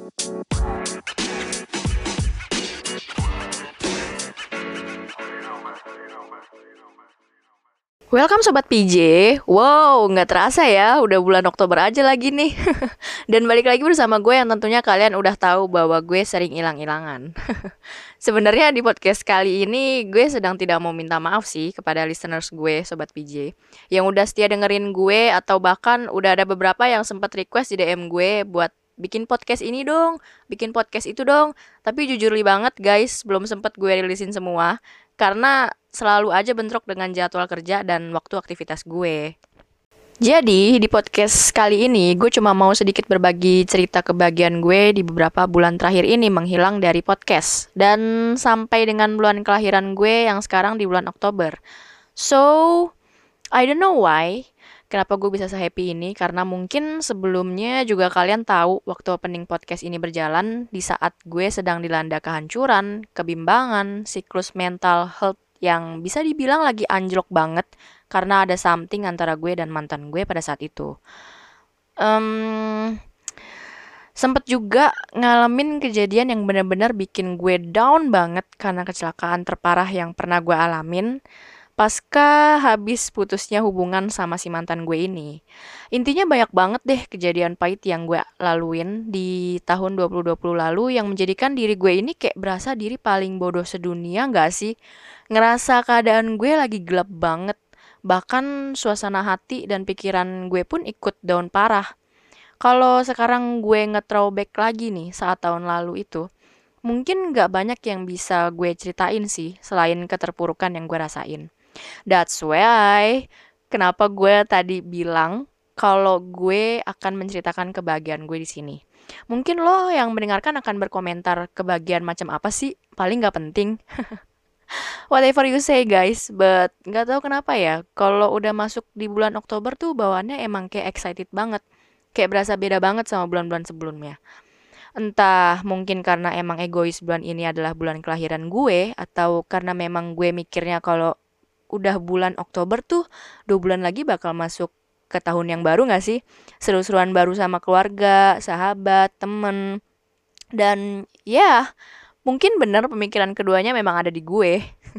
Welcome Sobat PJ. Wow, nggak terasa ya, udah bulan Oktober aja lagi nih. Dan balik lagi bersama gue yang tentunya kalian udah tahu bahwa gue sering hilang-hilangan. Sebenarnya di podcast kali ini gue sedang tidak mau minta maaf sih kepada listeners gue Sobat PJ yang udah setia dengerin gue atau bahkan udah ada beberapa yang sempat request di DM gue buat bikin podcast ini dong, bikin podcast itu dong. Tapi jujur banget guys, belum sempat gue rilisin semua karena selalu aja bentrok dengan jadwal kerja dan waktu aktivitas gue. Jadi, di podcast kali ini gue cuma mau sedikit berbagi cerita kebahagiaan gue di beberapa bulan terakhir ini menghilang dari podcast. Dan sampai dengan bulan kelahiran gue yang sekarang di bulan Oktober. So, I don't know why. Kenapa gue bisa se-happy ini? Karena mungkin sebelumnya juga kalian tahu waktu opening podcast ini berjalan di saat gue sedang dilanda kehancuran, kebimbangan, siklus mental health yang bisa dibilang lagi anjlok banget karena ada something antara gue dan mantan gue pada saat itu. Sempet juga ngalamin kejadian yang benar-benar bikin gue down banget karena kecelakaan terparah yang pernah gue alamin pasca habis putusnya hubungan sama si mantan gue ini. Intinya banyak banget deh kejadian pahit yang gue laluin di tahun 2020 lalu yang menjadikan diri gue ini kayak berasa diri paling bodoh sedunia gak sih? Ngerasa keadaan gue lagi gelap banget. Bahkan suasana hati dan pikiran gue pun ikut down parah. Kalau sekarang gue nge-throwback lagi nih saat tahun lalu itu, mungkin gak banyak yang bisa gue ceritain sih selain keterpurukan yang gue rasain. That's why kenapa gue tadi bilang kalau gue akan menceritakan kebahagiaan gue di sini. Mungkin lo yang mendengarkan akan berkomentar kebahagiaan macam apa sih? Paling gak penting. Whatever you say guys, but nggak tahu kenapa ya. Kalau udah masuk di bulan Oktober tuh bawaannya emang kayak excited banget. Kayak berasa beda banget sama bulan-bulan sebelumnya. Entah mungkin karena emang egois bulan ini adalah bulan kelahiran gue, atau karena memang gue mikirnya kalau udah bulan Oktober tuh 2 bulan lagi bakal masuk ke tahun yang baru gak sih? Seru-seruan baru sama keluarga, sahabat, temen. Dan ya, mungkin bener pemikiran keduanya memang ada di gue.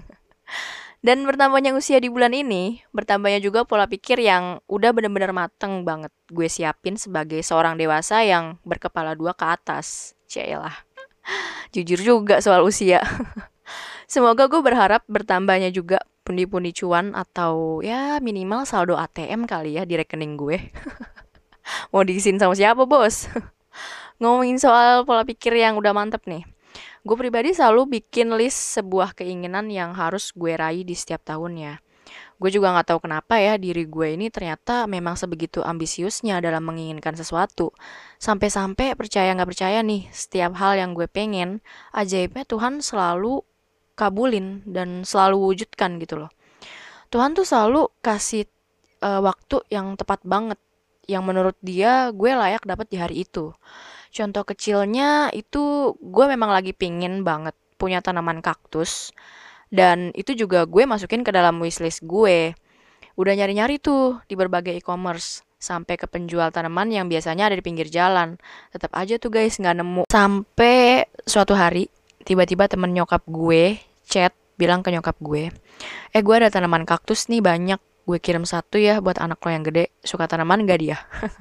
Dan bertambahnya usia di bulan ini, bertambahnya juga pola pikir yang udah bener-bener mateng banget gue siapin sebagai seorang dewasa yang berkepala dua ke atas. Cielah, jujur juga soal usia. Semoga gue berharap bertambahnya juga pundi-pundi cuan atau ya minimal saldo ATM kali ya di rekening gue. Mau diisiin sama siapa bos? Ngomongin soal pola pikir yang udah mantep nih. Gue pribadi selalu bikin list sebuah keinginan yang harus gue raih di setiap tahunnya. Gue juga gak tahu kenapa ya diri gue ini ternyata memang sebegitu ambisiusnya dalam menginginkan sesuatu. Sampai-sampai percaya gak percaya nih, setiap hal yang gue pengen, ajaibnya Tuhan selalu kabulin dan selalu wujudkan gitu loh. Tuhan tuh selalu kasih waktu yang tepat banget, yang menurut dia gue layak dapat di hari itu. Contoh kecilnya itu gue memang lagi pingin banget punya tanaman kaktus. Dan itu juga gue masukin ke dalam wishlist gue. Udah nyari-nyari tuh di berbagai e-commerce. Sampai ke penjual tanaman yang biasanya ada di pinggir jalan. Tetap aja tuh guys gak nemu. Sampai suatu hari tiba-tiba temen nyokap gue chat bilang ke nyokap gue. Gue ada tanaman kaktus nih banyak. Gue kirim satu ya buat anak lo yang gede. Suka tanaman gak dia?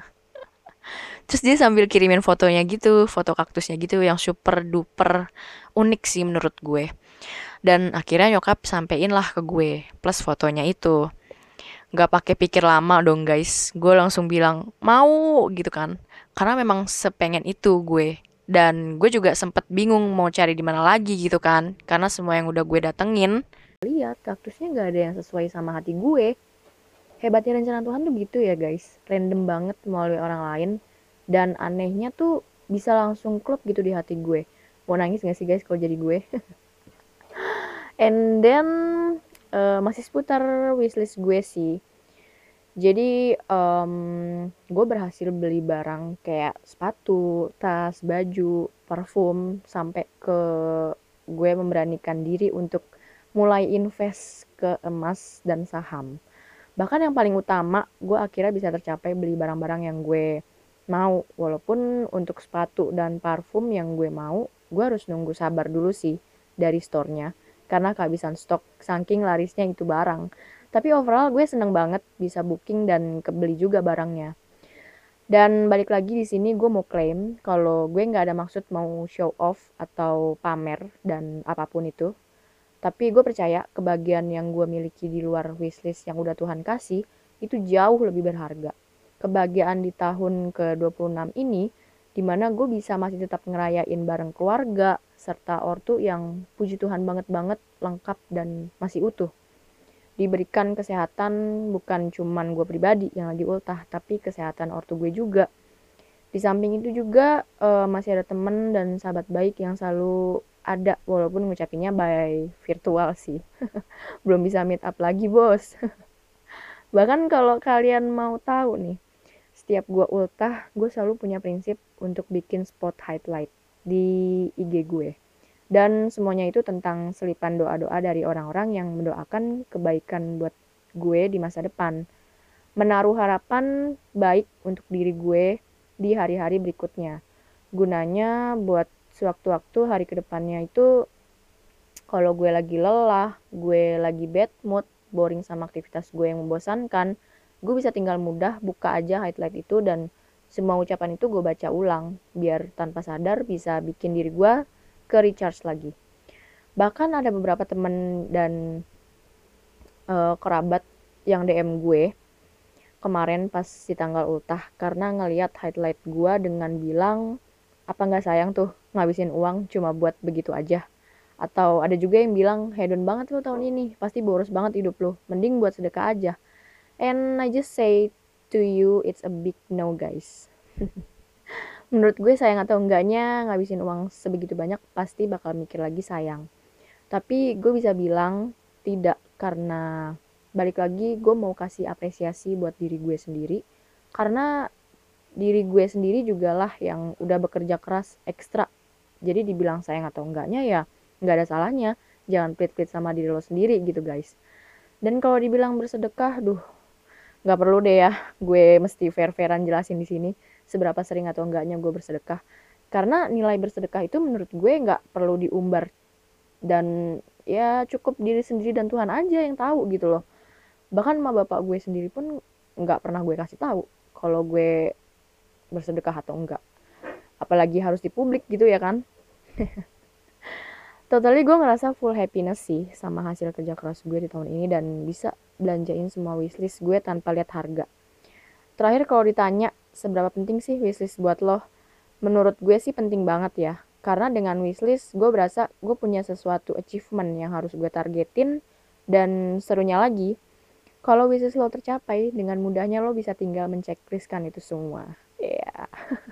Terus dia sambil kirimin fotonya gitu, foto kaktusnya gitu yang super duper unik sih menurut gue. Dan akhirnya nyokap sampein lah ke gue, plus fotonya itu. Gak pakai pikir lama dong guys, gue langsung bilang mau gitu kan. Karena memang sepengen itu gue. Dan gue juga sempet bingung mau cari di mana lagi gitu kan, karena semua yang udah gue datengin. Lihat kaktusnya gak ada yang sesuai sama hati gue. Hebatnya rencana Tuhan tuh gitu ya guys, random banget melalui orang lain. Dan anehnya tuh bisa langsung klop gitu di hati gue. Mau nangis gak sih guys kalau jadi gue? And then masih seputar wishlist gue sih. Jadi gue berhasil beli barang kayak sepatu, tas, baju, parfum, sampai ke gue memberanikan diri untuk mulai invest ke emas dan saham. Bahkan yang paling utama, gue akhirnya bisa tercapai beli barang-barang yang gue mau. Walaupun untuk sepatu dan parfum yang gue mau, gue harus nunggu sabar dulu sih dari store-nya. Karena kehabisan stok, saking larisnya itu barang. Tapi overall gue seneng banget bisa booking dan kebeli juga barangnya. Dan balik lagi di sini gue mau klaim kalau gue nggak ada maksud mau show off atau pamer dan apapun itu. Tapi gue percaya kebahagiaan yang gue miliki di luar wishlist yang udah Tuhan kasih itu jauh lebih berharga. Kebahagiaan di tahun ke-26 ini dimana gue bisa masih tetap ngerayain bareng keluarga serta ortu yang puji Tuhan banget-banget lengkap dan masih utuh. Diberikan kesehatan bukan cuman gue pribadi yang lagi ultah, tapi kesehatan ortu gue juga. Di samping itu juga masih ada temen dan sahabat baik yang selalu ada walaupun ngucapinnya by virtual sih. Belum bisa meet up lagi bos. Bahkan kalau kalian mau tahu nih, setiap gue ultah, gue selalu punya prinsip untuk bikin spot highlight di IG gue. Dan semuanya itu tentang selipan doa-doa dari orang-orang yang mendoakan kebaikan buat gue di masa depan. Menaruh harapan baik untuk diri gue di hari-hari berikutnya. Gunanya buat sewaktu-waktu hari kedepannya itu kalau gue lagi lelah, gue lagi bad mood, boring sama aktivitas gue yang membosankan, gue bisa tinggal mudah buka aja highlight itu dan semua ucapan itu gue baca ulang biar tanpa sadar bisa bikin diri gue ke recharge lagi. Bahkan ada beberapa temen dan kerabat yang DM gue kemarin pas si tanggal ultah karena ngelihat highlight gue dengan bilang apa nggak sayang tuh ngabisin uang cuma buat begitu aja. Atau ada juga yang bilang hedon banget lo tahun ini, pasti boros banget hidup lo, mending buat sedekah aja. And I just say to you it's a big no guys. Menurut gue sayang atau enggaknya ngabisin uang sebegitu banyak pasti bakal mikir lagi sayang. Tapi gue bisa bilang tidak karena balik lagi gue mau kasih apresiasi buat diri gue sendiri. Karena diri gue sendiri juga lah yang udah bekerja keras ekstra. Jadi dibilang sayang atau enggaknya ya nggak ada salahnya. Jangan pelit-pelit sama diri lo sendiri gitu guys. Dan kalau dibilang bersedekah, duh nggak perlu deh ya gue mesti fair-fairan jelasin di sini seberapa sering atau enggaknya gue bersedekah. Karena nilai bersedekah itu menurut gue nggak perlu diumbar dan ya cukup diri sendiri dan Tuhan aja yang tahu gitu loh. Bahkan sama bapak gue sendiri pun nggak pernah gue kasih tahu kalau gue bersedekah atau enggak, apalagi harus di publik gitu ya kan. Totally gue ngerasa full happiness sih sama hasil kerja keras gue di tahun ini dan bisa belanjain semua wishlist gue tanpa lihat harga. Terakhir kalau ditanya seberapa penting sih wishlist buat lo, menurut gue sih penting banget ya. Karena dengan wishlist gue berasa gue punya sesuatu achievement yang harus gue targetin. Dan serunya lagi, kalau wishlist lo tercapai, dengan mudahnya lo bisa tinggal mencekliskan itu semua. Ya. Yeah.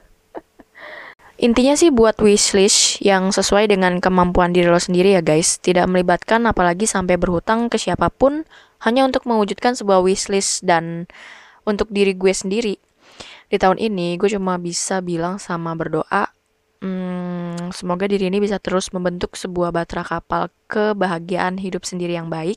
Intinya sih buat wishlist yang sesuai dengan kemampuan diri lo sendiri ya guys. Tidak melibatkan apalagi sampai berhutang ke siapapun hanya untuk mewujudkan sebuah wishlist dan untuk diri gue sendiri. Di tahun ini gue cuma bisa bilang sama berdoa, semoga diri ini bisa terus membentuk sebuah batra kapal kebahagiaan hidup sendiri yang baik,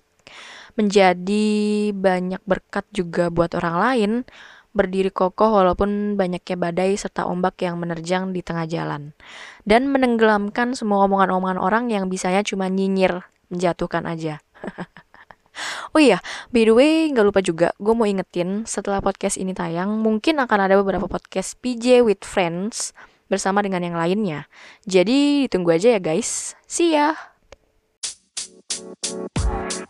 menjadi banyak berkat juga buat orang lain, berdiri kokoh walaupun banyaknya badai serta ombak yang menerjang di tengah jalan, dan menenggelamkan semua omongan-omongan orang yang bisanya cuma nyinyir, menjatuhkan aja. Oh iya, by the way, nggak lupa juga, gue mau ingetin setelah podcast ini tayang, mungkin akan ada beberapa podcast PJ with Friends bersama dengan yang lainnya. Jadi ditunggu aja ya guys. See ya!